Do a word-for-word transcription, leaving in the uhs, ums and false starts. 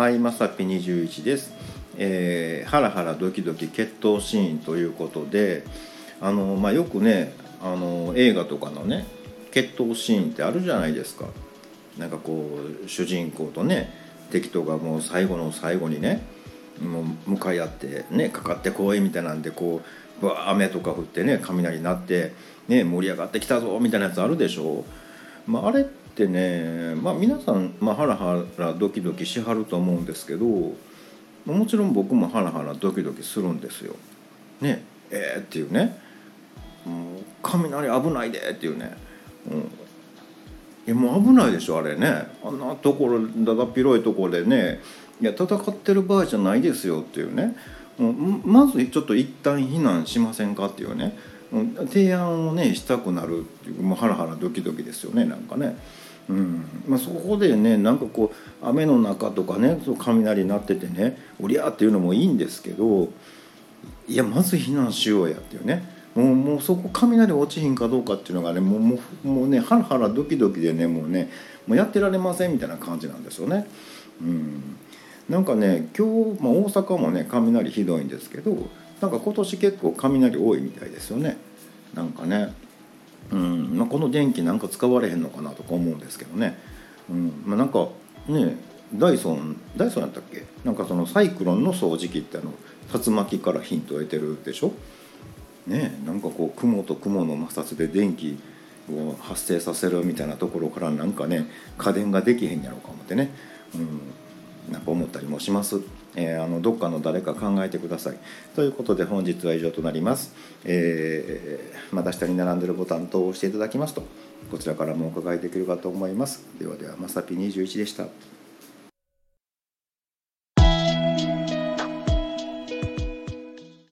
はい、まさぴにじゅういちです。えー、ハラハラドキドキ決闘シーンということで、あの、まあ、よくねあの映画とかのね決闘シーンってあるじゃないですか。なんかこう主人公とね敵とがもう最後の最後にねもう向かい合ってねかかってこいみたいなんでこうバー雨とか降ってね雷鳴ってね盛り上がってきたぞみたいなやつあるでしょ。まあ、あれってね、まあ、皆さん、まあ、ハラハラドキドキしはると思うんですけど、もちろん僕もハラハラドキドキするんですよ。ねえー、っていうね、もう雷危ないでっていうね、うん、いやもう危ないでしょあれね。あんなところだだっ広いところでね、いや戦ってる場合じゃないですよっていうね、もうまずちょっと一旦避難しませんかっていうね、提案をねしたくなるっていう、もうハラハラドキドキですよねなんかね。うんまあ、そこでねなんかこう雨の中とかね雷鳴っててねおりゃーっていうのもいいんですけど、いやまず避難しようやっていうね、もう、もうそこ雷落ちひんかどうかっていうのがねもう、もう、もうねハラハラドキドキでねもうねもうやってられませんみたいな感じなんですよね。うんなんかね今日、まあ、大阪もね雷ひどいんですけど、なんか今年結構雷多いみたいですよね。なんかね、うんまあ、この電気なんか使われへんのかなとか思うんですけどね、うんまあ、なんかねダイソンダイソンやったっけ、なんかそのサイクロンの掃除機ってあの竜巻からヒントを得てるでしょ。ねなんかこう雲と雲の摩擦で電気を発生させるみたいなところからなんかね家電ができへんやろうか思ってね、うん、なんか思ったりもします。えー、あのどっかの誰か考えてくださいということで本日は以上となります。えー、また下に並んでるボタン等を押していただきますとこちらからもお伺いできるかと思います。ではではまさぴにじゅういちでした。